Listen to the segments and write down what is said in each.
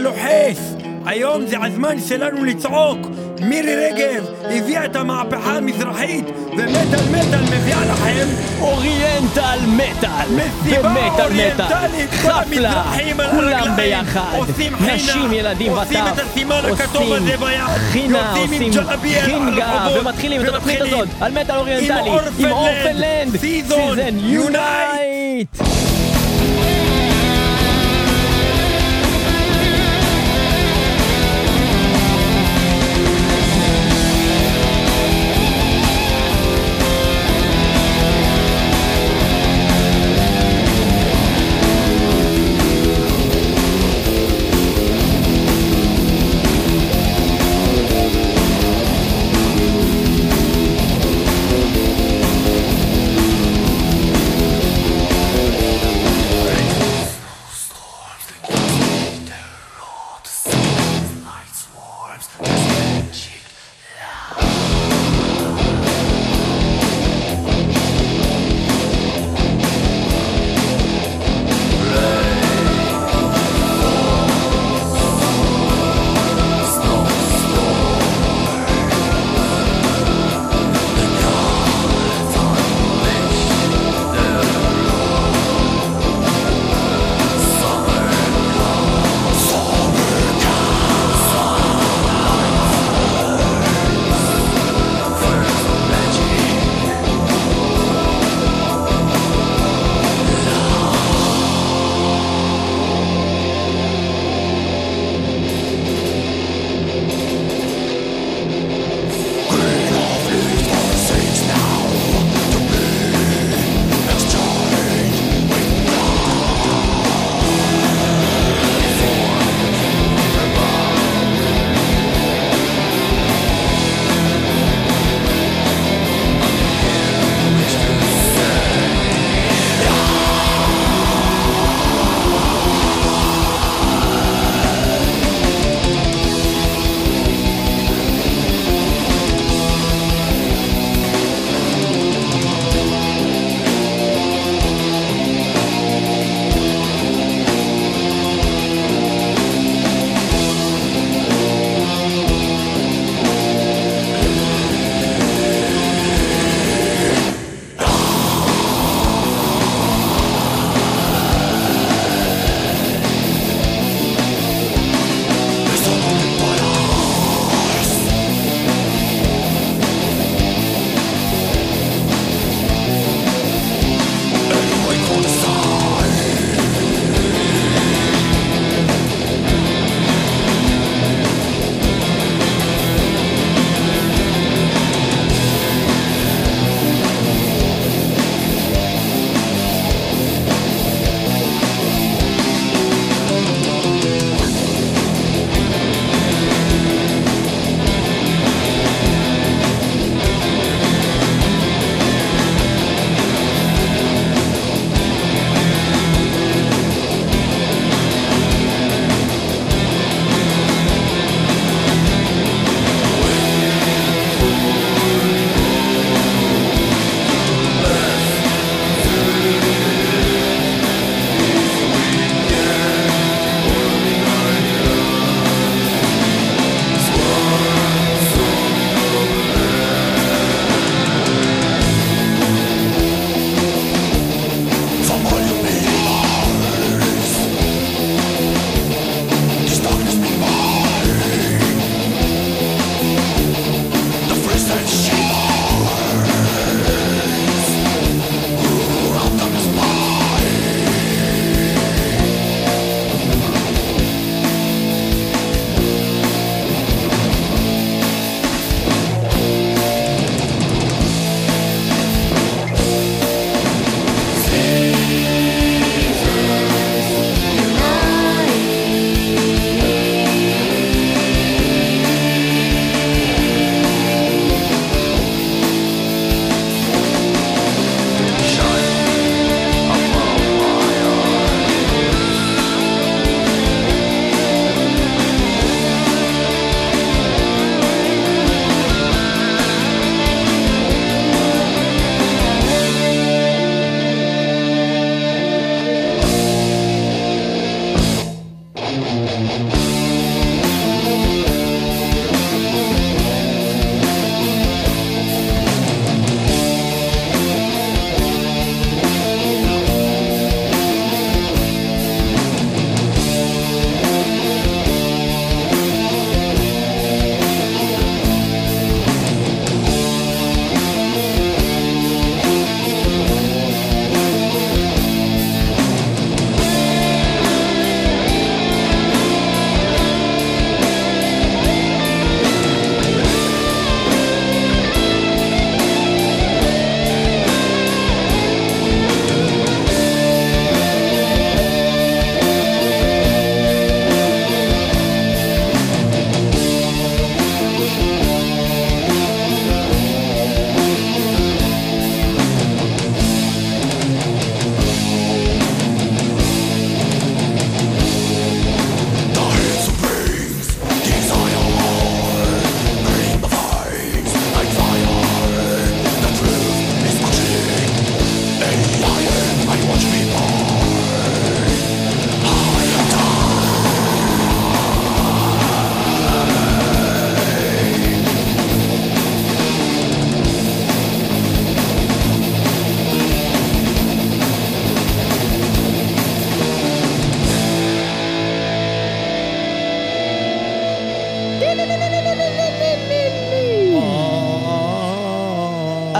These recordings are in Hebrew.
לוחס. היום זה הזמן שלנו לצעוק. מירי רגב הביאה את המהפכה המזרחית, ומטל מטל מביאה לכם אוריינטל מטל. מסיבה אוריינטלית, כל המזרחים על כולם הרגליים, ביחד, עושים חינה, נשים, ילדים עושים וטף, את הסימן הכתוב הזה ביד, חינה, יוצאים עם עושים ג'לביה על חינגה, הרחובות, ומתחילים את התוכנית הזאת על מטל אוריינטלי עם אורפנלנד סיזון יונייט.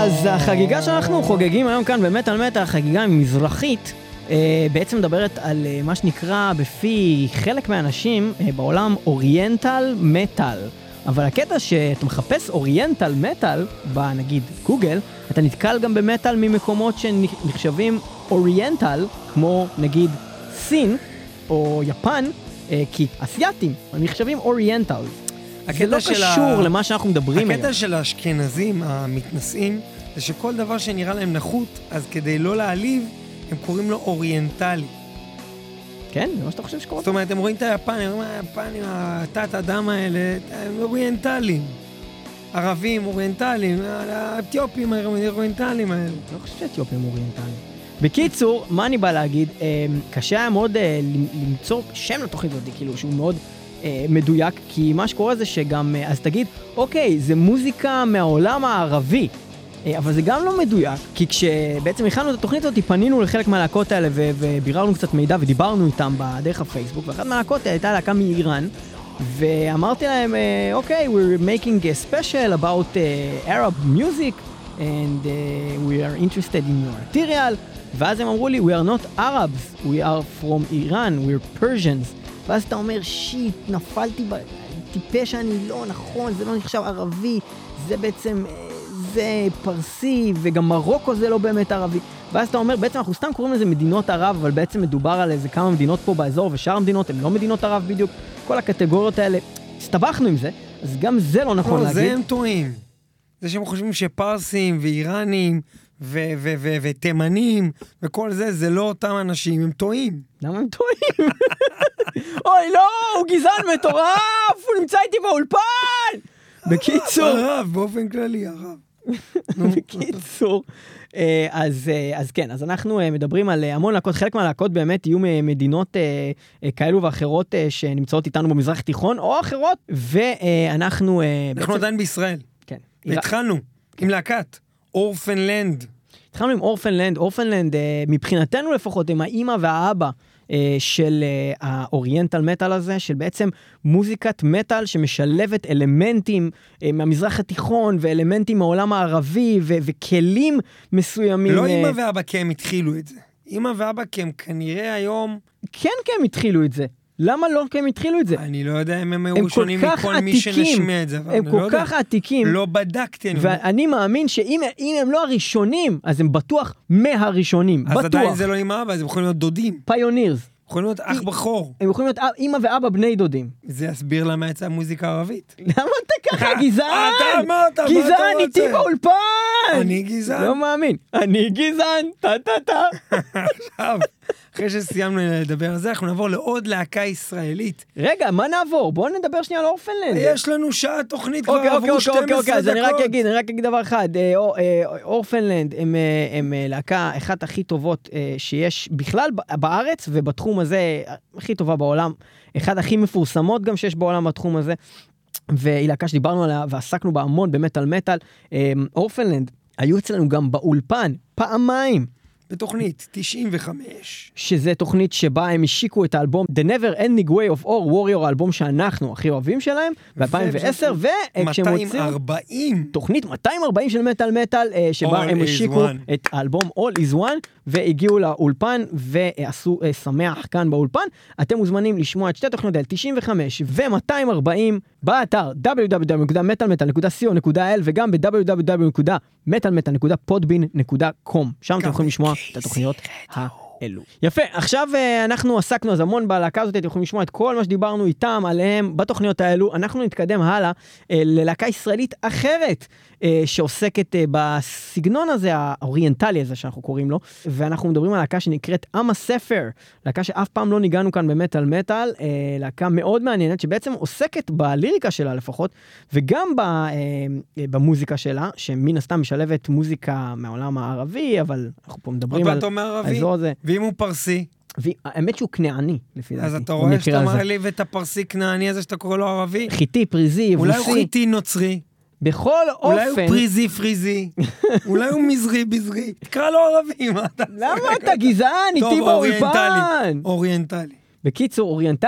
אז החגיגה שאנחנו חוגגים היום כאן במטל מטל, החגיגה מזרחית, בעצם מדברת על מה שנקרא בפי חלק מהאנשים בעולם אוריינטל מטל. אבל הקטע שאתה מחפש אוריינטל מטל, בנגיד גוגל, אתה נתקל גם במטל ממקומות שנחשבים אוריינטל, כמו נגיד סין או יפן, כי אסייתים נחשבים אוריינטל. זה לא קשור למה שאנחנו מדברים היום. הקטע של האשכנזים המתנשאים, זה שכל דבר שנראה להם נחות, אז כדי לא להעליב, הם קוראים לו אוריינטלי. כן, זה מה שאתה חושב שקורה? זאת אומרת, הם רואים את היפנים, הם רואים היפנים, התת אדם האלה, הם אוריינטליים. ערבים אוריינטליים, האתיופים האוריינטליים האלה. לא חושב שהאתיופים אוריינטליים. בקיצור, מה אני בא להגיד? קשה היה מאוד למצוא שם לתוכנית הזאת, כאילו שהוא מאוד מדויק, כי מה שקורה זה שגם, אז תגיד, אוקיי, זה מוזיקה מהעולם הערבי, אבל זה גם לא מדויק, כי כשבעצם הכנו את התוכנית הזאת, פנינו לחלק מהלהקות האלה וביררנו קצת מידע ודיברנו איתם בדרך הפייסבוק, ואחת מהלהקות הייתה להקה מאיראן, ואמרתי להם, אוקיי, we're making a special about Arab music, and we are interested in your material, ואז הם אמרו לי, we are not Arabs, we are from Iran, we're Persians, ואז אתה אומר, שיט, נפלתי טיפה שאני לא נכון, זה לא נחשב ערבי, זה בעצם, זה פרסי, וגם מרוקו זה לא באמת ערבי. ואז אתה אומר, בעצם אנחנו סתם קוראים לזה מדינות ערב, אבל בעצם מדובר על איזה כמה מדינות פה באזור, ושאר המדינות הן לא מדינות ערב בדיוק. כל הקטגוריות האלה, הסתבכנו עם זה, אז גם זה לא נכון להגיד. זה הם טועים. זה שהם חושבים שפרסים ואיראנים ותימנים וכל זה, זה לא אותם אנשים, הם טועים. למה הם טועים? אוי, לא, הוא גזען מטורף, הוא נמצא איתי באולפן! בקיצור... הרב, באופן כללי, הרב. בקיצור, אז כן, אז אנחנו מדברים על המון להקות, חלק מהלהקות באמת יהיו מדינות כאלו ואחרות שנמצאות איתנו במזרח התיכון, או אחרות, ואנחנו... אנחנו עדיין בישראל. כן. התחלנו עם להקת, אורפנלנד. התחלנו עם אורפנלנד, אורפנלנד מבחינתנו לפחות הם האמא והאבא של האוריינטל מטל הזה, של בעצם מוזיקת מטל שמשלבת אלמנטים מהמזרח התיכון ואלמנטים מהעולם הערבי וכלים מסוימים. לא אמא ואבא כי הם התחילו את זה. אמא ואבא כי הם כנראה היום... כן כי הם התחילו את זה. למה לא כי הם התחילו את זה? אני לא יודע אם הם היו שונים מכל מי שנשמיע את זה. הם כל כך עתיקים. לא בדקתי. ואני מאמין שאם הם לא הראשונים, אז הם בטוח מהראשונים. אז עדיין זה לא אמא אבא, אז הם יכולים להיות דודים. פיונירס. יכולים להיות אח בחור. הם יכולים להיות אמא ואבא בני דודים. זה יסביר למה יצאה מוזיקה ערבית. למה אתה ככה גזען? אתה אמרת, מה אתה רוצה? גזען איתי באולפן! אני גזען. לא מאמין. אני גזען. טה. עכשיו, אחרי שסיימנו לדבר על זה, אנחנו נעבור לעוד להקה ישראלית. רגע, מה נעבור? בואו נדבר שנייה על אורפנלנד. יש לנו שעה תוכנית כבר עברו 12 דקות. אז אני רק אגיד דבר אחד. אורפנלנד הם להקה אחת הכי טובות שיש בכלל בארץ, ובתחום הזה הכי טובה בעולם. אחד הכי מפורסמות גם שיש בעולם בתחום הזה. והיא להקה שדיברנו עליה ועסקנו בה המון במטל מטל. אורפנלנד היו אצלנו גם באולפן פעמיים. בתוכנית 95. שזה תוכנית שבה הם השיקו את האלבום The Never Ending Way of Or Warrior, האלבום שאנחנו הכי אוהבים שלהם, ב-2010, וכשהם הוציאו... 240. תוכנית 240 של מטל מטל, שבה הם השיקו את האלבום All is One, והגיעו לאולפן, ועשו שמח כאן באולפן. אתם מוזמנים לשמוע את שתי תוכניות האלה, 95 ו-240, באתר www.metalmetal.co.il, וגם ב-www.metalmetal.podbean.com. שם אתם יכולים לשמוע את התוכניות האלו. יפה, עכשיו אנחנו עסקנו אז המון בלהקה הזאת, אתם יכולים לשמוע את כל מה שדיברנו איתם, עליהם, בתוכניות האלו. אנחנו נתקדם הלאה ללהקה ישראלית אחרת, שעוסקת בסגנון הזה, האוריינטלי הזה שאנחנו קוראים לו, ואנחנו מדברים על להקה שנקראת עם הספר, להקה שאף פעם לא ניגענו כאן במטל מטל, להקה מאוד מעניינת, שבעצם עוסקת בליריקה שלה לפחות, וגם במוזיקה שלה, שמן הסתם משלבת מוזיקה מהעולם הערבי, אבל אנחנו פה מדברים על האזור הזה. ואם הוא פרסי? האמת שהוא כנעני, לפי דעתי. אז אתה רואה שאתה מעליב את הפרסי כנעני הזה שאתה קורא לו ערבי? חיטי, פריזי, יבוסי. אולי הוא חיטי נוצרי. בכל אופן... אולי הוא פריזי פריזי. אולי הוא מזרי בזרי. תקרא לו ערבי, מה אתה... למה אתה גזען? איתי באולפן. אוריינטלי. בקיצור, אוריינטלי.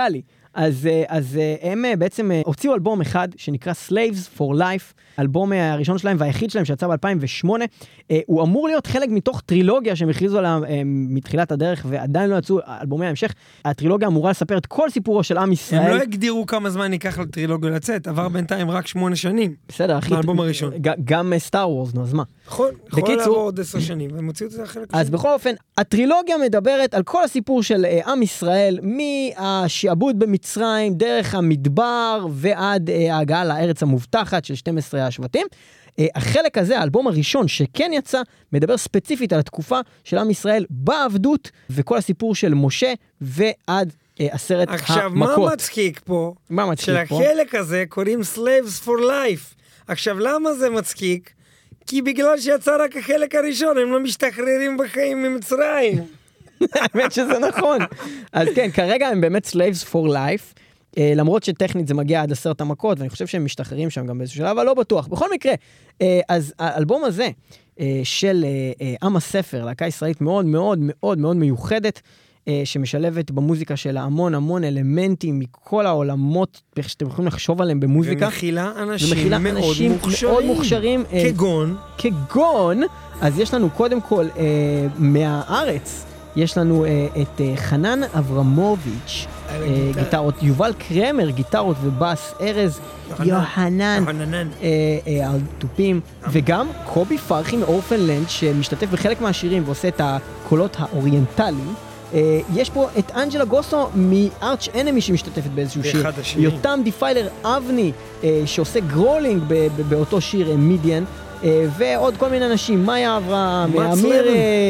אז הם בעצם הוציאו אלבום אחד שנקרא Slaves for Life, אלבום הראשון שלהם והיחיד שלהם שיצא ב-2008. הוא אמור להיות חלק מתוך טרילוגיה שהם הכריזו עליה מתחילת הדרך, ועדיין לא יצאו אלבומי ההמשך. הטרילוגיה אמורה לספר את כל סיפורו של עם ישראל. הם לא הגדירו כמה זמן ייקח לטרילוגיה לצאת, עבר בינתיים רק 8 שנים. בסדר, אחי. מהאלבום הראשון. גם סטאר וורס, נו, אז מה? יכול לעבור עוד 10 שנים, והם הוציאו את זה החלק אז בכל אופן, הטרילוגיה מדברת על כל הסיפור של עם ישראל, מהשעבוד במצרים, דרך המדבר, ועד ההגעה לארץ המובטחת של 12 השבטים. החלק הזה, האלבום הראשון שכן יצא, מדבר ספציפית על התקופה של עם ישראל בעבדות, וכל הסיפור של משה ועד 10 המכות. עכשיו, מה מצחיק פה? מה מצחיק פה? שלחלק הזה קוראים Slaves for Life. עכשיו, למה זה מצחיק? כי בגלל שיצא רק החלק הראשון, הם לא משתחררים בחיים ממצרים. האמת שזה נכון. אז כן, כרגע הם באמת Slaves for Life, למרות שטכנית זה מגיע עד 10 המכות, ואני חושב שהם משתחררים שם גם באיזשהו שלב, אבל לא בטוח. בכל מקרה, אז האלבום הזה של עם הספר, להקה ישראלית מאוד מאוד מאוד מאוד מיוחדת, שמשלבת במוזיקה שלה המון אלמנטים מכל העולמות, איך שאתם יכולים לחשוב עליהם במוזיקה. ומכילה אנשים מאוד מוכשרים. כגון, אז יש לנו קודם כל מהארץ, יש לנו את חנן אברמוביץ', גיטרות, יובל קרמר, גיטרות ובאס, ארז יוחנן על טופים, וגם קובי פרחי מאורפנלנד שמשתתף בחלק מהשירים ועושה את הקולות האוריינטליים. יש פה את אנג'לה גוסו מארץ' אנמי שמשתתפת באיזשהו שיר, יותם דיפיילר אבני שעושה גרולינג באותו שיר מידיאן, ועוד כל מיני אנשים, מאיה אברהם, אמיר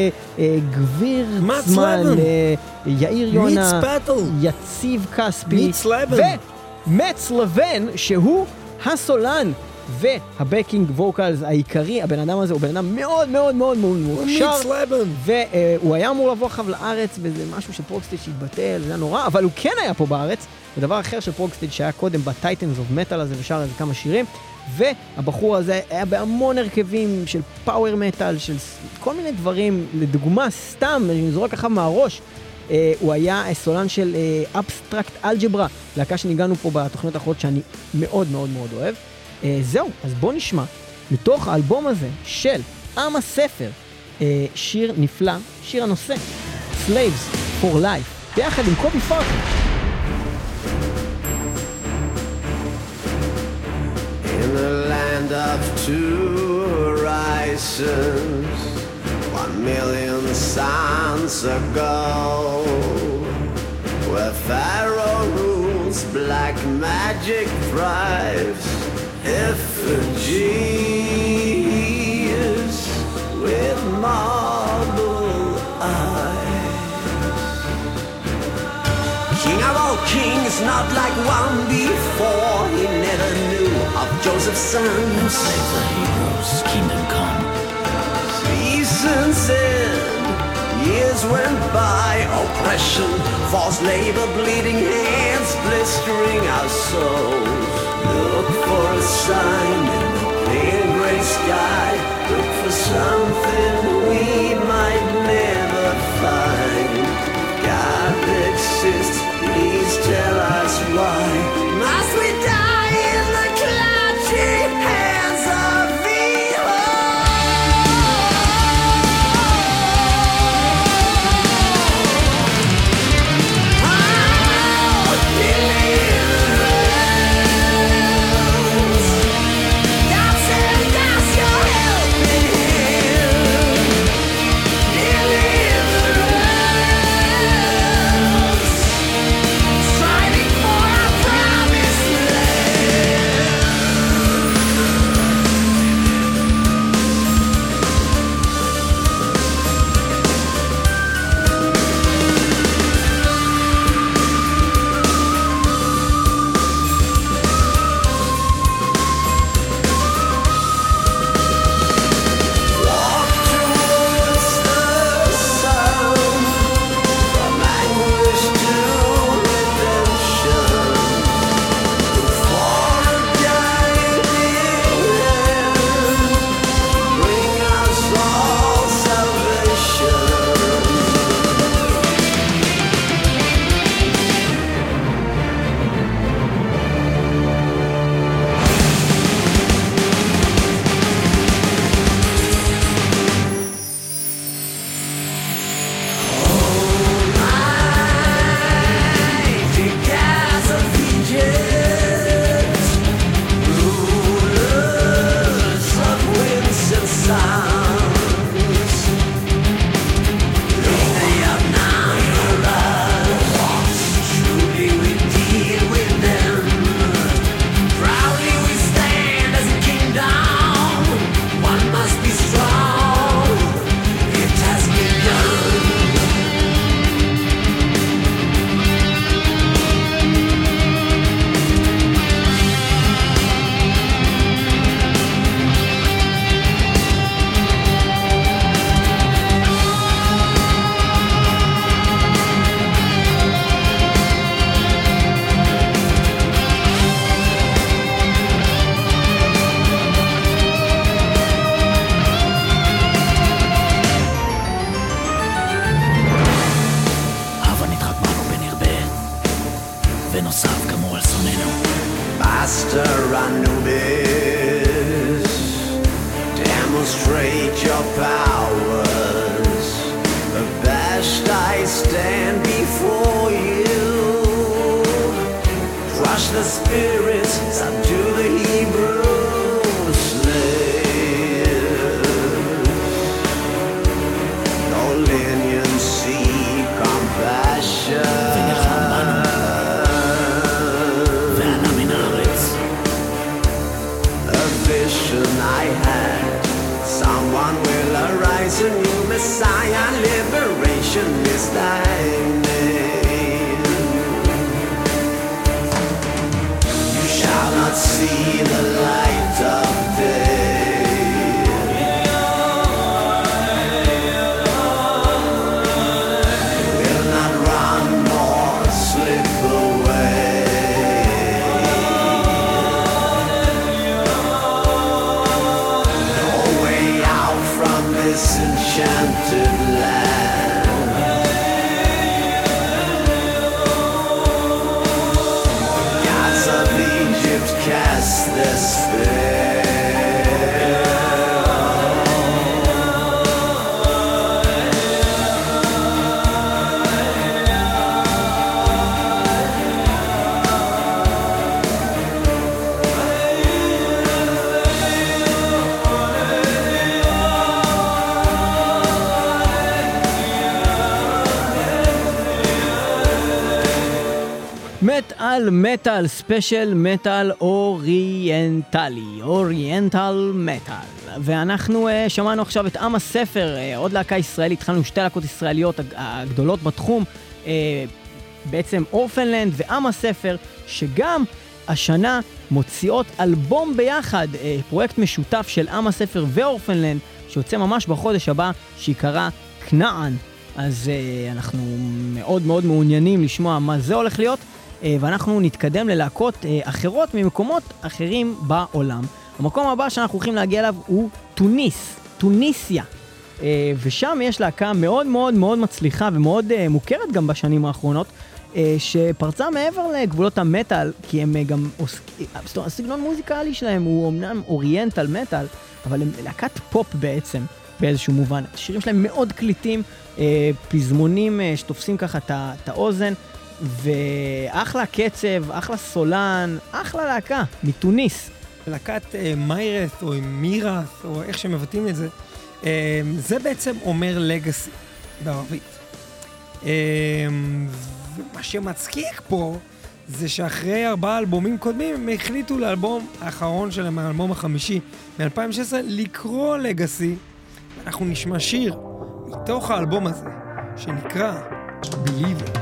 גבירצמן, יאיר יונה, יציב כספי, ומץ לבן שהוא הסולן והבקינג ווקלס העיקרי. הבן אדם הזה הוא בן אדם מאוד מאוד מאוד מאוד מוכשר, והוא היה אמור לבוא עכשיו לארץ וזה משהו שפרוגסטייג' שהתבטל, זה היה נורא, אבל הוא כן היה פה בארץ. ודבר אחר של פרוגסטייג' שהיה קודם בטייטנס אוף מטל הזה ושר איזה כמה שירים, והבחור הזה היה בהמון הרכבים של פאוור מטל, של כל מיני דברים, לדוגמה סתם, אני זורק אחר מהראש, הוא היה סולן של אבסטרקט אלג'ברה, להקה שניגענו פה בתוכניות האחרות שאני מאוד מאוד מאוד אוהב. זהו, אז בוא נשמע מתוך האלבום הזה של עם הספר, שיר נפלא, שיר הנושא, Slaves for Life, ביחד עם קובי פרחי. In the land of two horizons, 1,000,000 suns ago, where Pharaoh rules, black magic thrives, effigies with marble eyes. King of all kings, not like one before, he never knew of Joseph's sons. Save the Hebrews, kingdom come. Seasons end, years went by, oppression, forced labor, bleeding hands, blistering our souls. Look for a sign in the pale gray sky, look for something we might never find. God exists, please tell us why. Must we die in the clutching hands of evil? Oh, deliverance. God send us your helping hand. the spirits, subdue the Hebrew slaves. No leniency, compassion. A vision I had, someone will arise, a new Messiah, liberation is thy name. You shall not see the light of day. Will not run nor slip away. No way out from this enchanted land. Gods of Egypt cast their spell. מטל, ספיישל מטל אוריינטלי, אוריינטל מטל. ואנחנו שמענו עכשיו את עם הספר, עוד להקה ישראלית, התחלנו שתי להקות ישראליות הגדולות בתחום, בעצם אורפנלנד ועם הספר, שגם השנה מוציאות אלבום ביחד, פרויקט משותף של עם הספר ואורפנלנד, שיוצא ממש בחודש הבא, שיקרא כנען. אז אנחנו מאוד מאוד מעוניינים לשמוע מה זה הולך להיות, ואנחנו נתקדם ללהקות אחרות ממקומות אחרים בעולם. המקום הבא שאנחנו הולכים להגיע אליו הוא טוניסיה. ושם יש להקה מאוד מאוד מאוד מצליחה ומאוד מוכרת גם בשנים האחרונות, שפרצה מעבר לגבולות המטל, כי הם גם הסגנון מוזיקלי שלהם הוא אמנם אוריינטל מטל, אבל הם להקת פופ בעצם, באיזשהו מובן. השירים שלהם מאוד קליטים, פזמונים שתופסים ככה את האוזן, ואחלה קצב, אחלה סולן, אחלה להקה, מטוניס. להקת מיירס או מירס, או איך שמבטאים את זה, זה בעצם אומר לגאסי בערבית. ומה שמצחיק פה, זה שאחרי 4 אלבומים קודמים, הם החליטו לאלבום האחרון שלהם, האלבום החמישי, מ-2016, לקרוא לגאסי. אנחנו נשמע שיר מתוך האלבום הזה, שנקרא Believer.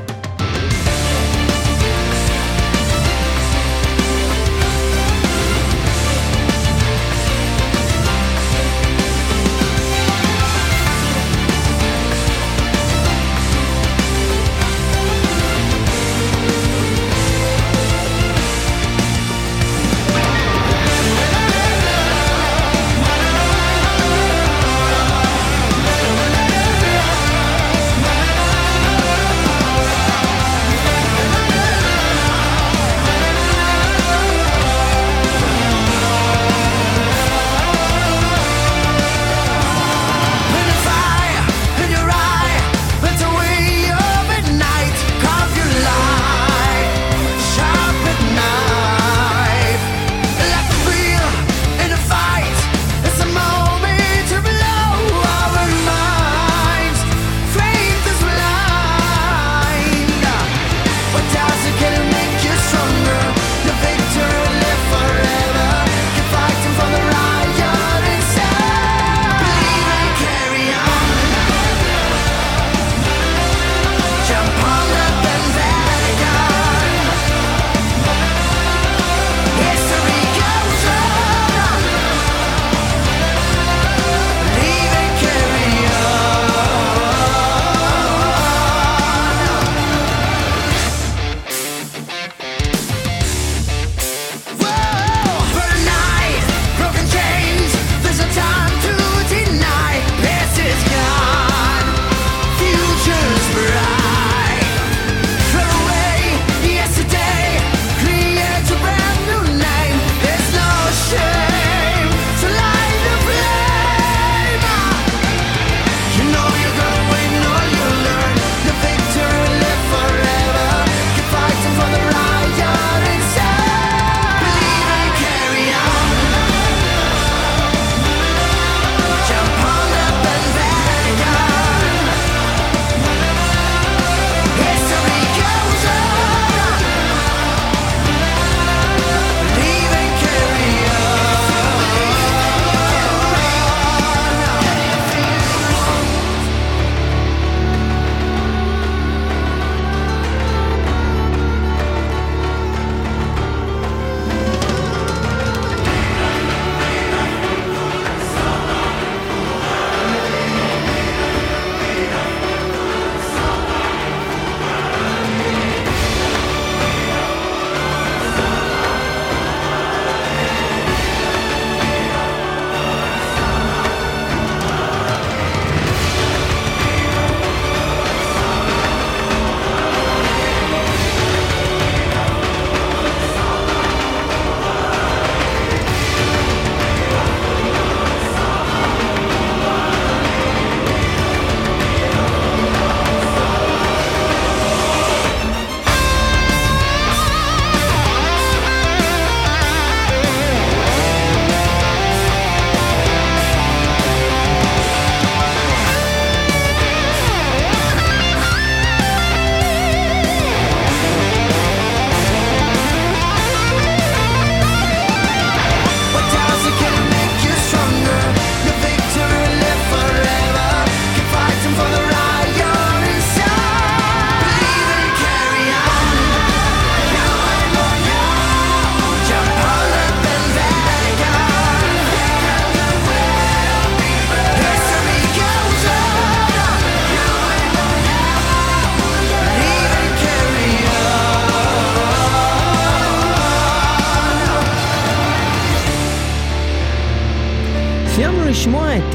לשמוע את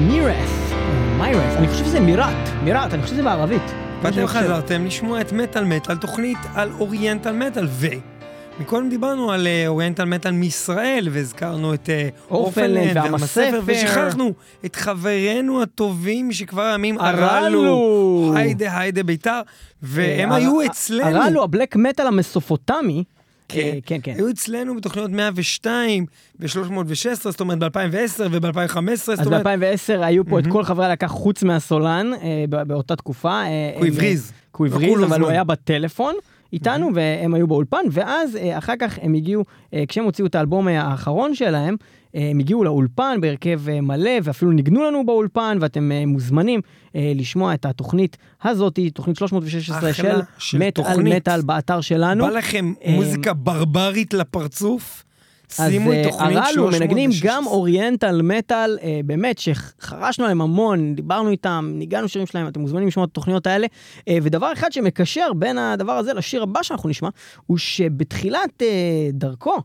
מיירס, אני חושב שזה מירת, אני חושב שזה בערבית. ואתם חזרתם לשמוע את מטל, תוכנית על אוריינטל מטל, מקודם דיברנו על אוריינטל מטל מישראל, והזכרנו את אורפנלנד והמספר, ושכחנו את חברינו הטובים שכבר ימים הרלו, היידה ביתר, והם היו אצלנו. הרלו, הבלק מטל המסופוטמי, כן. היו אצלנו בתוכניות 102, ב-316, זאת אומרת ב-2010 וב-2015. אז ב-2010 היו פה את כל חברי הלקח חוץ מהסולן, באותה תקופה. הוא הבריז, אבל הוא היה בטלפון איתנו, והם היו באולפן, ואז אחר כך הם הגיעו, כשהם הוציאו את האלבום האחרון שלהם, הם הגיעו לאולפן בהרכב מלא, ואפילו ניגנו לנו באולפן, ואתם מוזמנים לשמוע את התוכנית הזאת, תוכנית 316 של מטל באתר שלנו. בא לכם מוזיקה ברברית לפרצוף? שימו את תוכנית 316. הרלו מנגנים גם אוריינטל מטל, באמת שחרשנו עליהם המון, דיברנו איתם, ניגענו שירים שלהם, אתם מוזמנים לשמוע את התוכניות האלה, ודבר אחד שמקשר בין הדבר הזה לשיר הבא שאנחנו נשמע, הוא שבתחילת דרכו,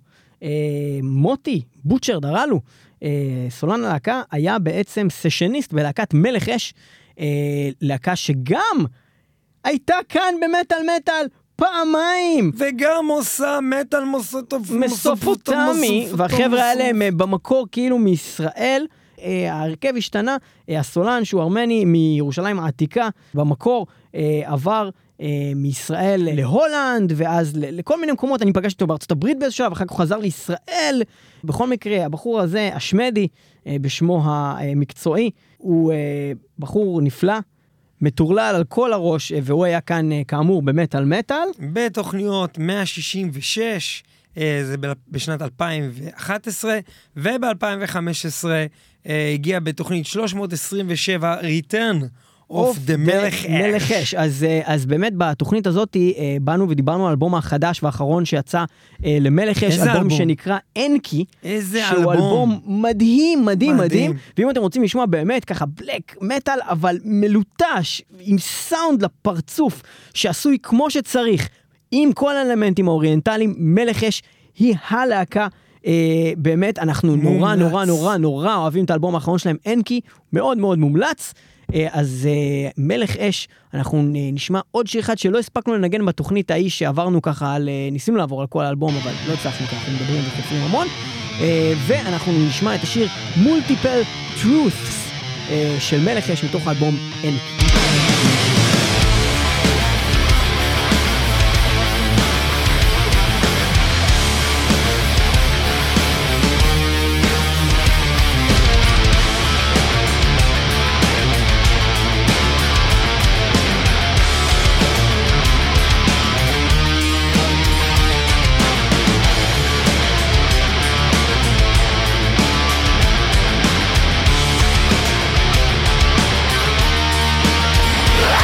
מוטי בוצ'רד הרלו, סולן הלהקה, היה בעצם סשניסט בלהקת מלך אש, להקה שגם הייתה כאן במטל פעמיים. וגם עושה מטל מסופוטמי, והחבר'ה האלה הם במקור כאילו מישראל. ההרכב השתנה, הסולן שהוא ארמני מירושלים העתיקה, במקור עבר מישראל להולנד, ואז לכל מיני מקומות. אני פגשתי אותו בארצות הברית באיזשהו שלב, אחר כך הוא חזר לישראל. בכל מקרה, הבחור הזה, השמדי, בשמו המקצועי, הוא בחור נפלא, מטורלל על כל הראש, והוא היה כאן כאמור במטל מטל. בתוכניות 166, זה בשנת 2011, וב-2015 הגיע בתוכנית 327, Return of the מלך אש. אז באמת בתוכנית הזאת באנו ודיברנו על אלבום החדש והאחרון שיצא למלך אש, אלבום שנקרא אנקי, שהוא אלבום מדהים, ואם אתם רוצים לשמוע באמת ככה בלק מטל, אבל מלוטש, עם סאונד לפרצוף, שעשוי כמו שצריך, עם כל האלמנטים האוריינטליים, מלך אש היא הלהקה, באמת אנחנו נורא אוהבים את האלבום האחרון שלהם, אנקי, מאוד מאוד מומלץ. אז מלך אש, אנחנו נשמע עוד שיר אחד שלא הספקנו לנגן בתוכנית ההיא שעברנו ככה, ניסינו לעבור על כל האלבום, אבל לא הצלחנו ככה, אנחנו מדברים וחופרים המון, ואנחנו נשמע את השיר Multiple Truths של מלך אש מתוך האלבום אנקי. I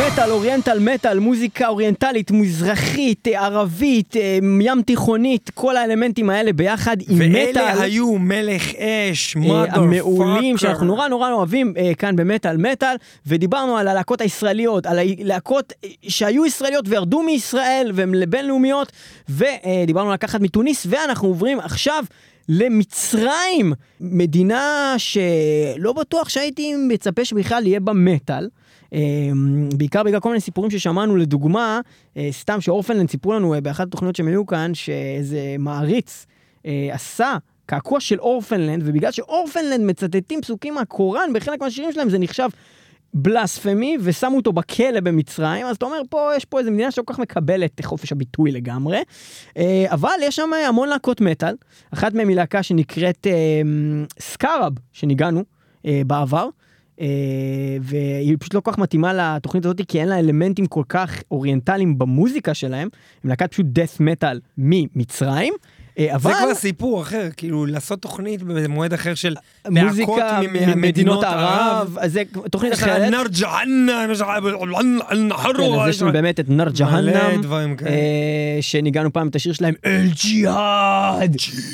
מטל, אוריינטל מטל, מוזיקה אוריינטלית, מזרחית, ערבית, ים תיכונית, כל האלמנטים האלה ביחד עם מטל. ואלה היו מלך אש, המעולים שאנחנו נורא נורא אוהבים כאן במטל מטל, ודיברנו על הלהקות הישראליות, על הלהקות שהיו ישראליות וירדו מישראל והן לבינלאומיות, ודיברנו על לקחת מתוניס, ואנחנו עוברים עכשיו למצרים, מדינה שלא בטוח שהייתי מצפה שבכלל יהיה בה מטל, בעיקר בגלל כל מיני סיפורים ששמענו, לדוגמה, סתם שאורפנלנד סיפרו לנו באחת התוכניות שהם היו כאן, שאיזה מעריץ עשה קעקוע של אורפנלנד, ובגלל שאורפנלנד מצטטים פסוקים מהקוראן בחלק מהשירים שלהם, זה נחשב בלספמי, ושמו אותו בכלא במצרים, אז אתה אומר, יש פה איזו מדינה שכל כך מקבלת חופש הביטוי לגמרי, אבל יש שם המון להקות מטל, אחת מהם היא להקה שנקראת סקארב, שניגענו בעבר, והיא פשוט לא כל כך מתאימה לתוכנית הזאת, כי אין לה אלמנטים כל כך אוריינטליים במוזיקה שלהם, הם להקת פשוט death metal ממצרים, אבל... זה כבר סיפור אחר, כאילו לעשות תוכנית במועד אחר של מוזיקה ממדינות ערב, אז זה תוכנית אחרת. נר ג'הנם, אז יש לנו באמת את נר ג'הנם, שניגענו פעם את השיר שלהם, אל ג'יהאד,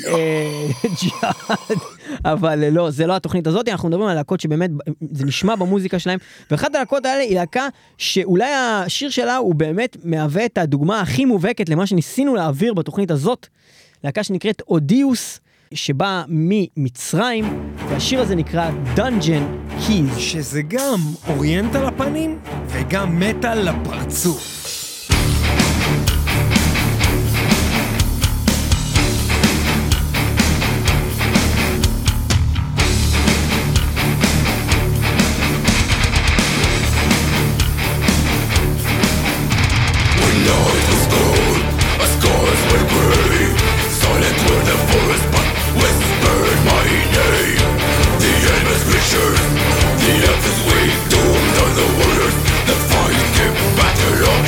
אבל לא, זה לא התוכנית הזאת, אנחנו מדברים על להקות שבאמת, זה נשמע במוזיקה שלהם, ואחת הלהקות האלה היא להקה שאולי השיר שלה הוא באמת מהווה את הדוגמה הכי מובהקת למה שניסינו להעביר בתוכנית הזאת, להקה שנקראת אודיוס, שבאה ממצרים, והשיר הזה נקרא Dungeon Keys. שזה גם אוריינטל לפנים, וגם מטל לפרצוף. The earth is weak, doomed are the warriors that fight the battle of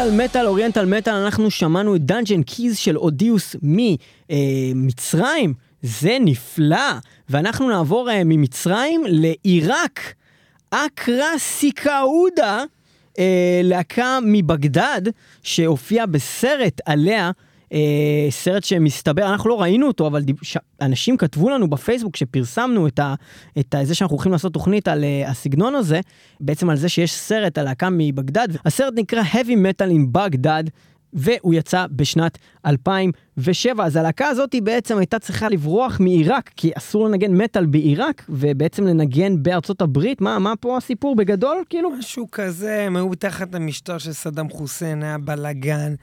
מטל, אוריינטל מטל, אנחנו שמענו את דאנג'ן קיז של אודיוס ממצרים, זה נפלא, ואנחנו נעבור ממצרים לעיראק, אקרא סיקאודה, להקה מבגדד, שהופיע בסרט עליה, סרט שמסתבר, אנחנו לא ראינו אותו, אבל אנשים כתבו לנו בפייסבוק שפרסמנו את זה שאנחנו הולכים לעשות תוכנית על הסגנון הזה, בעצם על זה שיש סרט על להקה מבגדד, הסרט נקרא Heavy Metal in Baghdad, והוא יצא בשנת 2007, אז הלהקה הזאת בעצם הייתה צריכה לברוח מעיראק, כי אסור לנגן מטל בעיראק, ובעצם לנגן בארצות הברית, מה פה הסיפור בגדול? כאילו? משהו כזה, הם היו תחת המשטר של סדאם חוסיין, היה בלגן,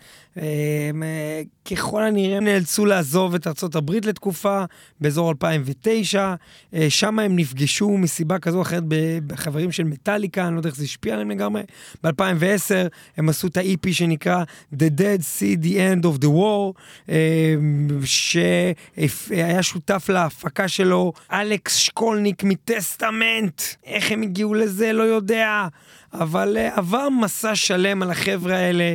ככל הנראה נאלצו לעזוב את ארצות הברית לתקופה, באזור 2009, שם הם נפגשו מסיבה כזו או אחרת בחברים של מטליקה, אני לא יודע איך זה השפיע עליהם לגמרי, ב-2010 הם עשו את ה-EP שנקרא The Dead See the End of the War, שהיה שותף להפקה שלו, אלכס שקולניק מטסטמנט, איך הם הגיעו לזה לא יודע, אבל עבר מסע שלם על החבר'ה האלה,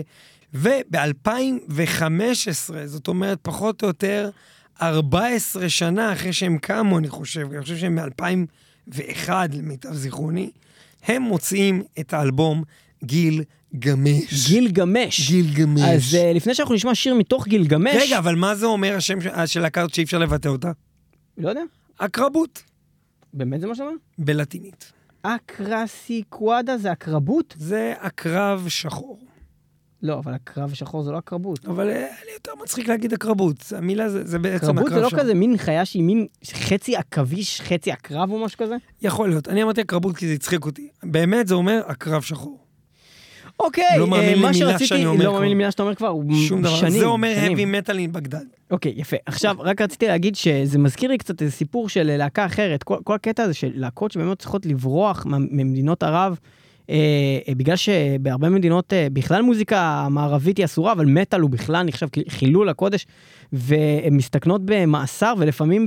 וב-2015, זאת אומרת פחות או יותר 14 שנה אחרי שהם קמו, אני חושב שהם מ-2001 למיטב זיכרוני, הם מוציאים את האלבום גילגמש. גילגמש. אז לפני שאנחנו נשמע שיר מתוך גילגמש... רגע, אבל מה זה אומר השם של הקארט שאי אפשר לבטא אותה? לא יודע. אקרבות. באמת זה מה שאתה אומר? בלטינית. אקרסיקואדה זה אקרבות? זה אקרב שחור. לא, אבל אקרב שחור זה לא אקרבות. אבל היה לי יותר מצחיק להגיד אקרבות. המילה זה בעצם אקרב שחור. אקרבות זה לא כזה מין חיה שהיא מין חצי עכביש, חצי אקרב או משהו כזה? יכול להיות. אני אמרתי אקרבות כי זה הצחיק אותי. באמת זה אומר אקרב שחור. אוקיי, לא מאמין למילה שאני אומר כבר. לא מאמין למילה שאתה אומר כבר, שום דבר. זה אומר heavy metal in בגדד. אוקיי, יפה. עכשיו, רק רציתי להגיד שזה מזכיר לי קצת איזה סיפור של להקה אחרת. כל הקטע הזה של להקות שבאמת צריכות לברוח ממדינות ערב, בגלל שבהרבה מדינות בכלל מוזיקה מערבית היא אסורה, אבל מטל הוא בכלל נחשב חילול הקודש, והן מסתכנות במאסר ולפעמים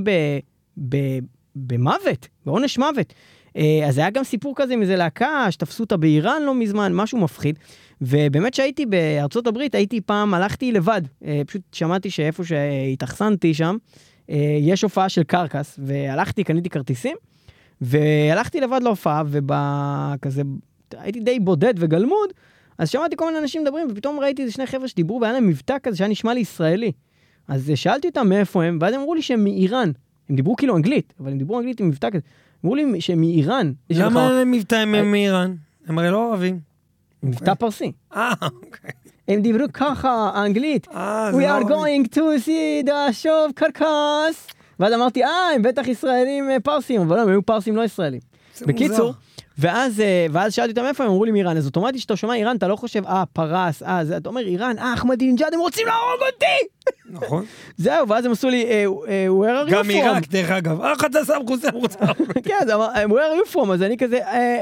במוות, בעונש מוות. אז היה גם סיפור כזה עם איזה להקה שתפסו אותה באיראן לא מזמן, משהו מפחיד, ובאמת שהייתי בארצות הברית, הלכתי לבד, פשוט שמעתי שאיפה שהתאכסנתי שם, יש הופעה של קרקס, והלכתי, קניתי כרטיסים, והלכתי לבד להופעה, ובכזה, הייתי די בודד וגלמוד, אז שמעתי כל מיני אנשים מדברים, ופתאום ראיתי איזה שני חבר'ה שדיברו, והיה להם מבטא כזה שהיה נשמע לי ישראלי. אז שאלתי אותם מאיפה הם, ואז הם אמרו לי שהם מאיראן. הם דיברו כאילו אנגלית, אבל הם דיברו אנגלית עם מבטא כזה. אמרו לי שהם מאיראן. למה הם מבטא הם מאיראן? הם הרי לא אוהבים. מבטא פרסי. אוקיי. הם דיברו ככה, אנגלית. We are going to see the show of קרקס. ואז אמרתי, הם בטח ישראלים פרסים, אבל הם היו פרסים לא ישראלים. בקיצור, ואז שאלתי אותם איפה, הם אמרו לי מאיראן, אז אוטומטית שאתה שומע איראן, אתה לא חושב, פרס, אתה אומר איראן, אחמדינג'אד, הם רוצים להרוג אותי! נכון. זהו, ואז הם עשו לי, where are you from? גם עיראק, דרך אגב, אתה שם חוסם רוצה להרוג אותי. כן, אז where are you from? אז אני כזה,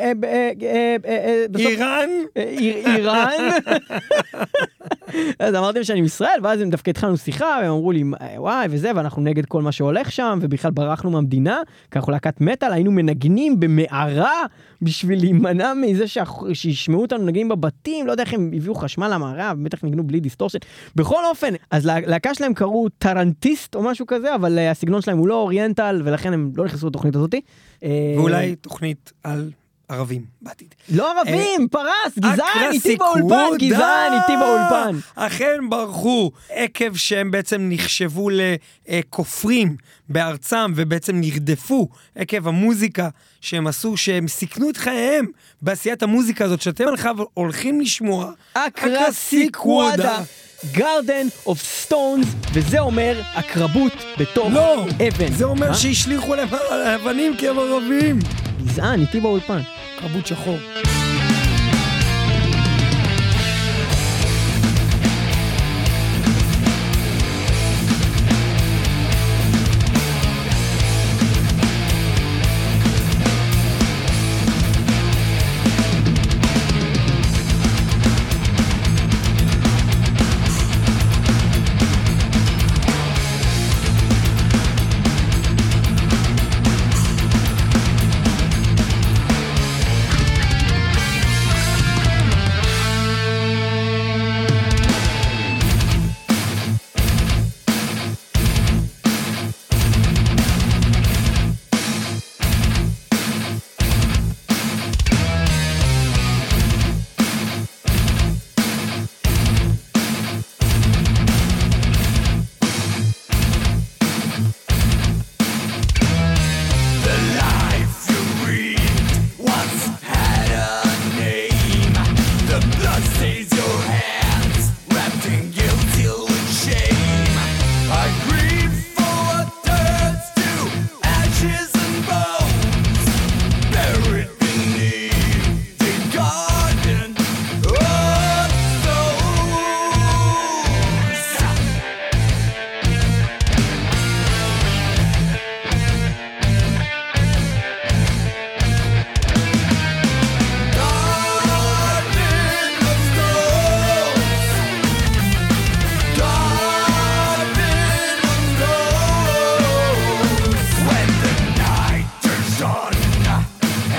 איראן? איראן? אז אמרתם שאני מישראל, ואז הם דווקא התחלנו שיחה, והם אמרו לי, וואי, וזה, ואנחנו נגד כל מה שהולך שם, ובכלל ברחנו מהמדינה, כי אנחנו להקת מטל, היינו מנגנים במערה, בשביל להימנע מזה שישמעו אותנו נגנים בבתים, לא יודע איך הם הביאו חשמל למערה, בטח נגנו בלי דיסטורשן. בכל אופן, אז להקה שלהם קראו טרנטיסט או משהו כזה, אבל הסגנון שלהם הוא לא אוריינטל, ולכן הם לא נכנסו לתוכנית הזאת. ואולי תוכנית על ערבים בעתיד. לא ערבים, פרס, גזען, איתי באולפן, גזען, איתי באולפן. אכן ברחו, עקב שהם בעצם נחשבו לכופרים בארצם, ובעצם נרדפו עקב המוזיקה שהם עשו, שהם סיכנו את חייהם בעשיית המוזיקה הזאת, שאתם הולכים לשמוע. אקרסיקואדה. Garden of Stones, וזה אומר הקרבות בתוך אבן. זה אומר שהשליחו להם אבנים כי הם ערבים. גזען, איתי באולפן. קרבות שחור.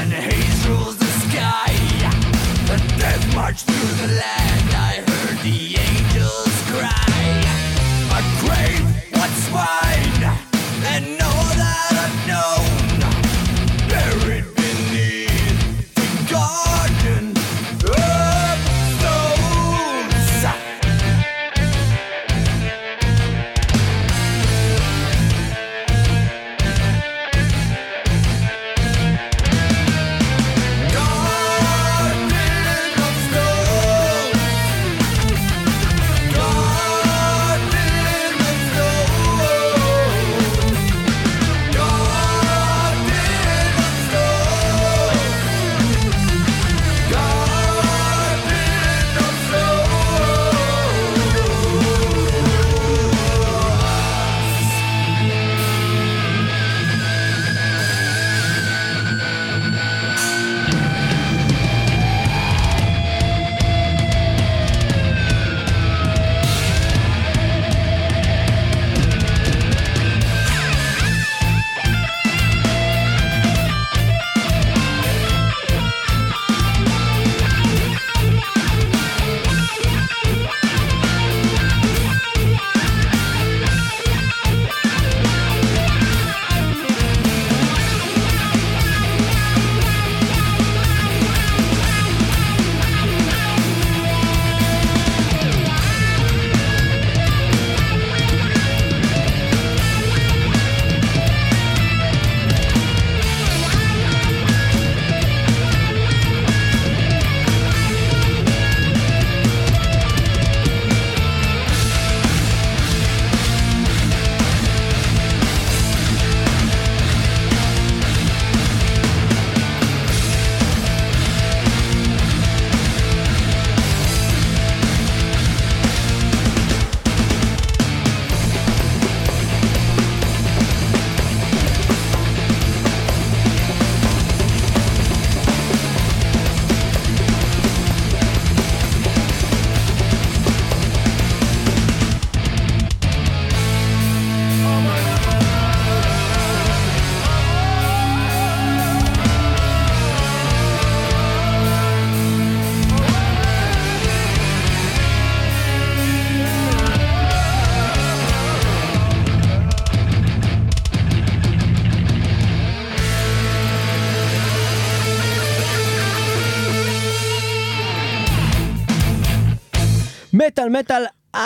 and haze rules the sky. The death march through the land, I heard the angels cry. I crave what's mine, and know that I've known, buried beneath the garden of stones. מטל מטל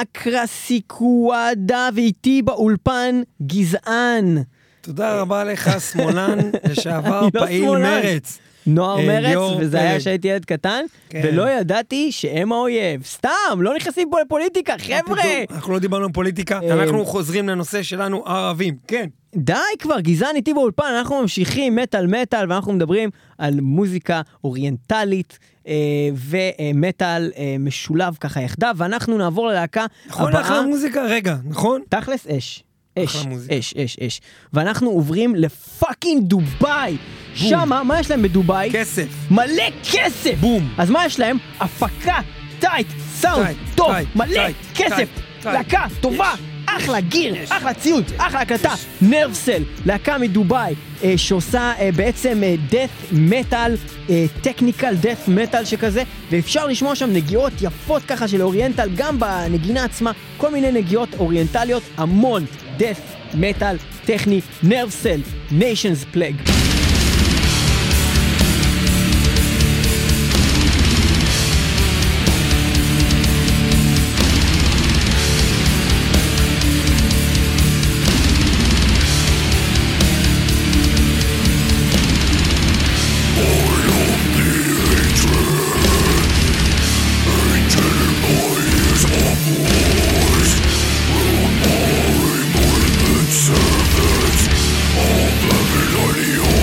אקרסיקואדה ואיתי באולפן גזען. תודה רבה לך, שמאלן, לשעבר פעיל מרץ. נוער מרץ, וזה היה שהייתי ילד קטן, ולא ידעתי שהם האויב. סתם, לא נכנסים פה לפוליטיקה, חבר'ה. אנחנו לא דיברנו על פוליטיקה, אנחנו חוזרים לנושא שלנו, ערבים, כן. די כבר, גזען איתי באולפן, אנחנו ממשיכים מטל מטל, ואנחנו מדברים על מוזיקה אוריינטלית, ומטל משולב ככה יחדיו, ואנחנו נעבור ללהקה הבאה. נכון, אחלה מוזיקה, רגע, נכון? תכלס אש. אש. ואנחנו עוברים לפאקינג דוביי. שמה, מה יש להם בדוביי? כסף. מלא כסף. בום. אז מה יש להם? הפקה, טייט, סאונד, טוב, מלא כסף. להקה טובה. אחלה גיר, אחלה ציוד, אחלה הקלטה, נרבסל, להקה מדוביי, שעושה בעצם death metal, technical death metal שכזה, ואפשר לשמוע שם נגיעות יפות ככה של אוריינטל, גם בנגינה עצמה, כל מיני נגיעות אוריינטליות, המון death metal, טכני, נרבסל, Nation's Plague. Servants of Babylonian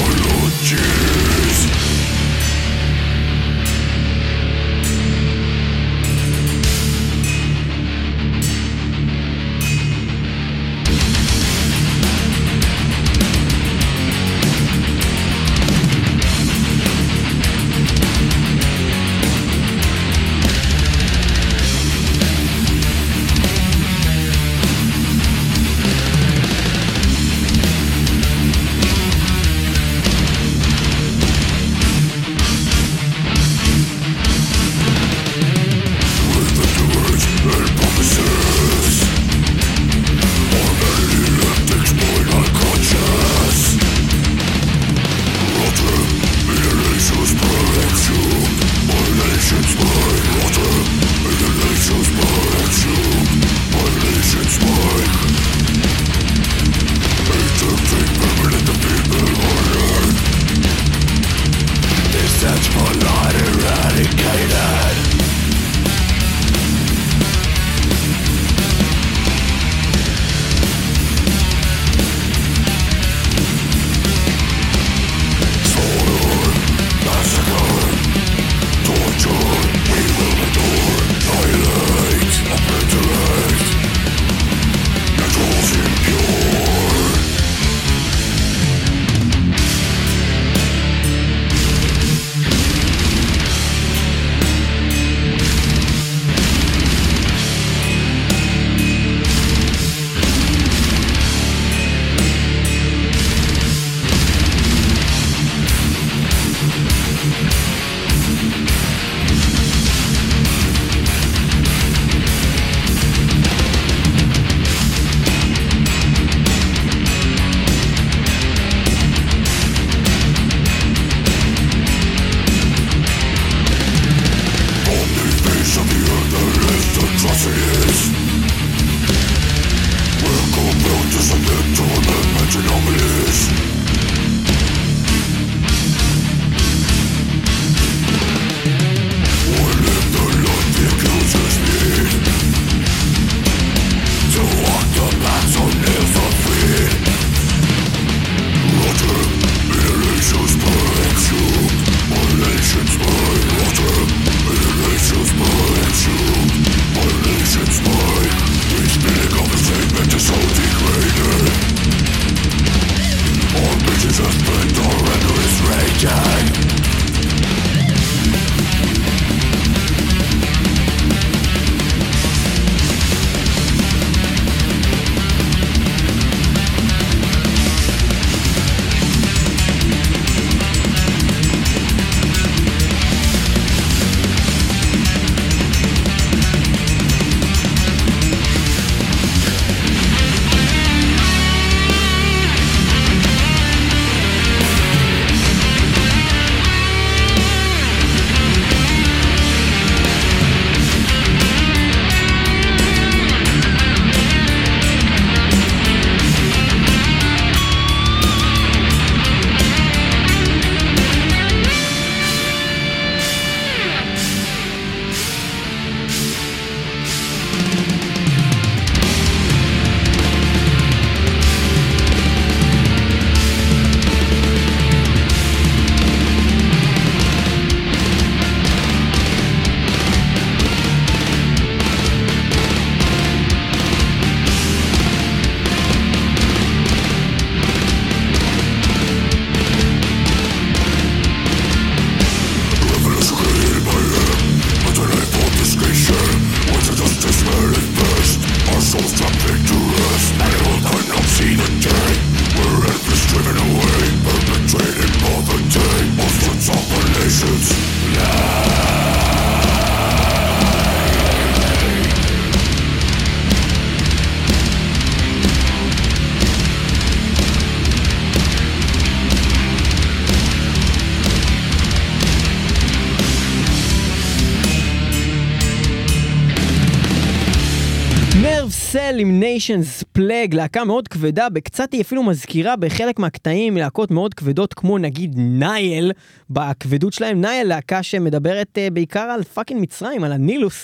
סל עם ניישנס פלאג, להקה מאוד כבדה, קצת היא אפילו מזכירה בחלק מהקטעים להקות מאוד כבדות כמו נגיד נייל, בכבדות שלהם. נייל להקה שמדברת בעיקר על פאקינג מצרים, על הנילוס.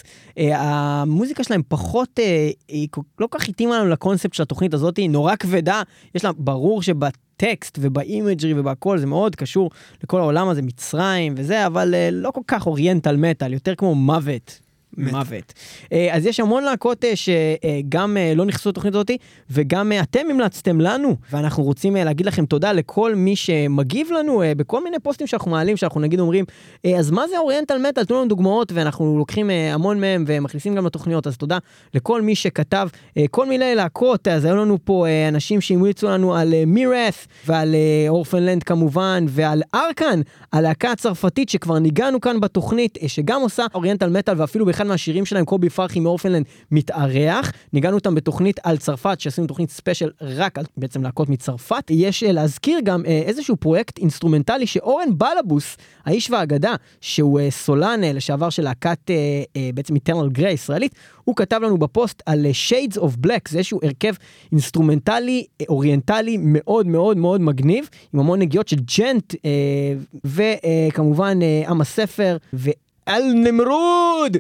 המוזיקה שלהם פחות, היא לא כך התאימה לנו לקונספט של התוכנית הזאת, היא נורא כבדה, יש לה ברור טקסט ובאימג'רי ובכל, זה מאוד קשור לכל העולם הזה, מצרים וזה, אבל לא כל כך אוריינטל מטל, יותר כמו מוות. אז יש המון להקות שגם לא נכנסו לתוכנית הזאת, וגם אתם המלצתם לנו, ואנחנו רוצים להגיד לכם תודה לכל מי שמגיב לנו בכל מיני פוסטים שאנחנו מעלים, שאנחנו נגיד אומרים, אז מה זה אוריינטל מטל? תנו לנו דוגמאות, ואנחנו לוקחים המון מהם ומכניסים גם לתוכניות, אז תודה לכל מי שכתב כל מיני להקות. אז היו לנו פה אנשים שהמליצו לנו על מירת' ועל אורפנלנד כמובן, ועל ארקן, הלהקה הצרפתית שכבר ניגענו כאן בתוכנית, שגם עושה אוריינטל מטל, ואפילו באחד מהשירים שלהם, קובי פרחי מאורפנלנד מתארח. ניגענו אותם בתוכנית על צרפת, שעשינו תוכנית ספיישל רק על בעצם להקות מצרפת. יש להזכיר גם איזשהו פרויקט אינסטרומנטלי שאורן בלבוס, האיש והאגדה, שהוא סולן לשעבר של להקת בעצם Eternal Grey ישראלית, הוא כתב לנו בפוסט על Shades of Black, זה איזשהו הרכב אינסטרומנטלי אוריינטלי מאוד מאוד מאוד מגניב, עם המון נגיעות של ג'נט, וכמובן עם הספר אל נמרוד,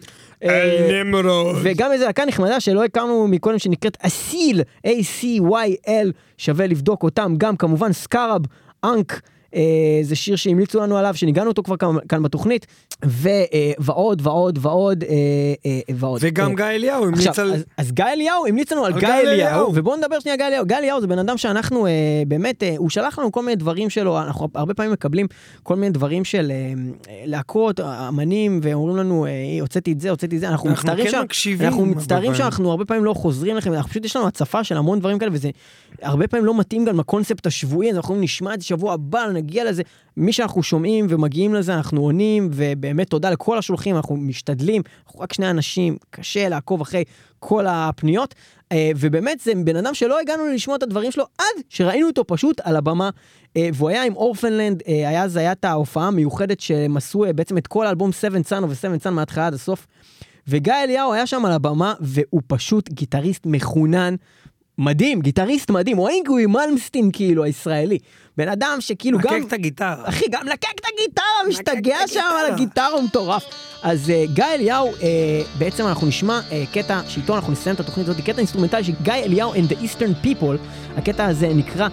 וגם איזו להקה נחמדה שלא הכרנו מקודם שנקראת אסיל, A-C-Y-L, שווה לבדוק אותם, גם כמובן סקארב, אנק, זה שיר שהמליצו לנו עליו, שניגענו אותו כבר כאן בתוכנית, ועוד ועוד ועוד ועוד. וגם גיא אליהו המליץ על... אז גיא אליהו המליץ לנו על גיא אליהו, ובואו נדבר שנייה גיא אליהו. גיא אליהו זה בן אדם שאנחנו באמת, הוא שלח לנו כל מיני דברים שלו, אנחנו הרבה פעמים מקבלים כל מיני דברים של להקות, אמנים, ואומרים לנו, הוצאתי את זה, אנחנו מצטערים שאנחנו הרבה פעמים לא חוזרים לכם, אנחנו פשוט יש לנו הצפה של המון דברים כאלה, וזה הרבה פעמים לא מתאים גם לקונספט השבועי, אנחנו נשמע את זה שבוע הבא, נגיע לזה, מי שאנחנו שומעים ומגיעים לזה, אנחנו עונים, ובאמת תודה לכל השולחים, אנחנו משתדלים, אנחנו רק שני אנשים, קשה לעקוב אחרי כל הפניות, ובאמת זה בן אדם שלא הגענו לשמוע את הדברים שלו, עד שראינו אותו פשוט על הבמה, והוא היה עם אורפנלנד, זה היה את ההופעה המיוחדת שהם עשו בעצם את כל האלבום 7 Son of a 7 Son מההתחלה עד הסוף, וגיא אליהו היה שם על הבמה, והוא פשוט גיטריסט מחונן, מדהים, גיטריסט מדהים, הוא אינגוי מלמסטין כאילו הישראלי, בן אדם שכאילו גם... לקק את הגיטרה. אחי, גם לקק את הגיטרה, משתגע שם על הגיטרה, הוא מטורף. אז גיא אליהו, בעצם אנחנו נשמע קטע שאיתו אנחנו נסיים את התוכנית הזאת, קטע אינסטרומנטלי של גיא אליהו and the Eastern People, הקטע הזה נקרא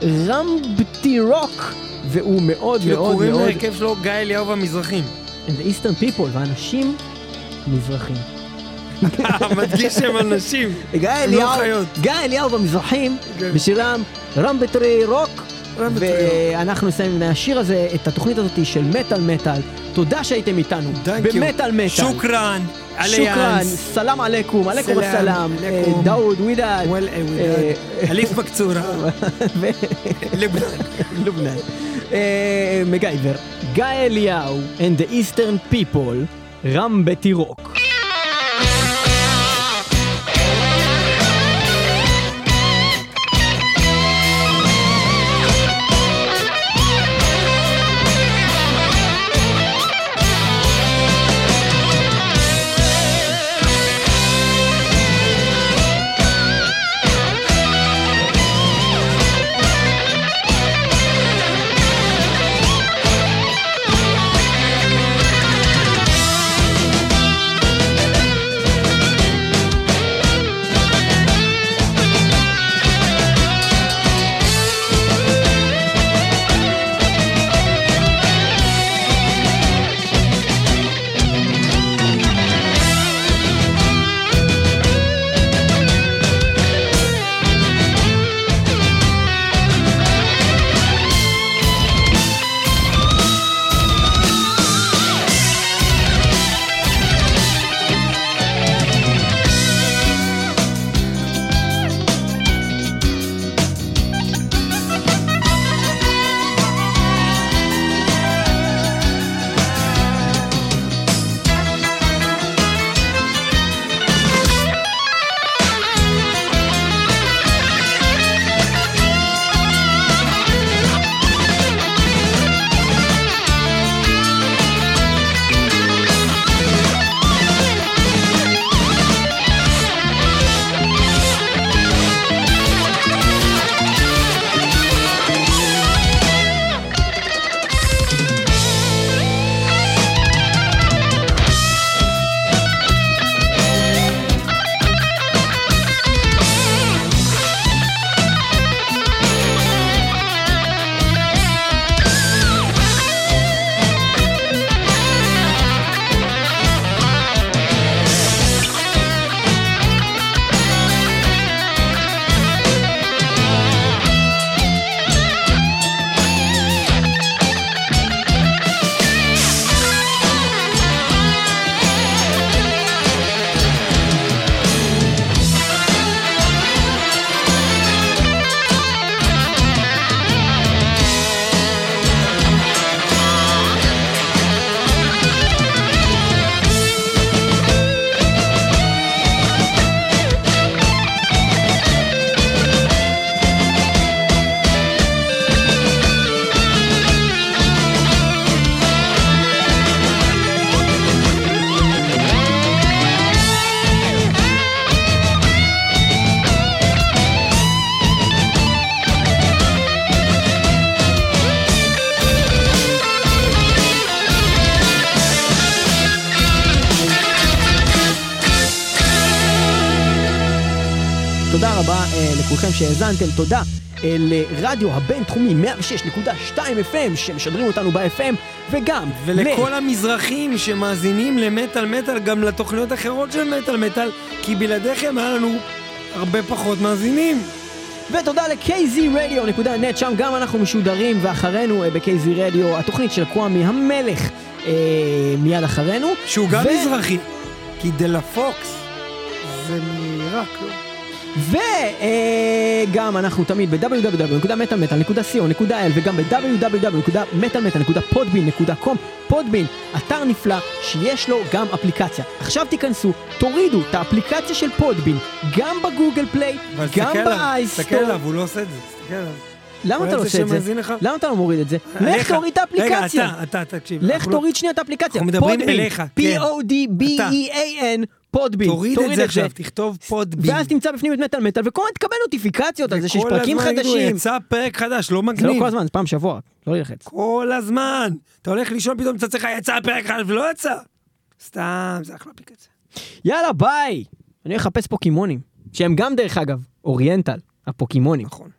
רמבטי רוק, והוא מאוד מאוד מאוד... קוראים להרכב שלו גיא אליהו והמזרחים. and the Eastern People, ואנשים מזרחים. מדגיש שהם אנשים, גיא אליהו במזרחים, בשירם רמבטרי רוק, ואנחנו נסיים עם השיר הזה, את התוכנית הזאת של מטל מטל. תודה שהייתם איתנו במטל מטל. שוקרן, שוקרן, סלאם עליכום, עליכום הסלאם, דאוד, וידאד, אליף בקצורה, לובנן, מגייבר, גיא אליהו and the Eastern People, רם בתירוק. תודה רבה לכולכם שהאזנתם, תודה לרדיו הבינתחומי 106.2 FM שמשדרים אותנו ב-FM, וגם ולכל המזרחים שמאזינים למטל מטל, גם לתוכניות אחרות של מטל מטל, כי בלעדיכם היה לנו הרבה פחות מאזינים. ותודה ל-kzradio.net, שם גם אנחנו משודרים, ואחרינו ב-KZ Radio התוכנית של קוואמי המלך מיד אחרינו, שהוא גם מזרחי, כי דלה פוקס זה מעיראק, לא? וגם אנחנו תמיד ב-www.metalmetal.co.il וגם ב-www.metalmetal.podbean.com. פודבין, אתר נפלא שיש לו גם אפליקציה. עכשיו תיכנסו, תורידו את האפליקציה של פודבין, גם בגוגל פליי, גם באייסטור. תסתכל עליו, הוא לא עושה את זה, תסתכל עליו. למה אתה לא עושה את זה? למה אתה לא מוריד את זה? לך תוריד את האפליקציה. רגע, אתה תקשיב. לך תוריד שנייה את האפליקציה. אנחנו מדברים אליך. P-O-D-B-E-A-N, פודבין. תוריד את זה עכשיו, תכתוב פודבין. ואז תמצא בפנים את מטל מטל, וכל הזמן תקבל נוטיפיקציות על זה שיש פרקים חדשים. יצא פרק חדש, לא מגניב. זה לא כל הזמן, זה פעם שבוע, לא ילחץ. כל הזמן. אתה הולך לישון, פתאום אתה צריך, יצא פרק חדש ולא יצא. סתם, זה אחלה אפליקציה. יאללה, ביי. אני אחפש פוקימונים, שהם גם דרך אגב, אוריינטל, הפוקימונים. נכון.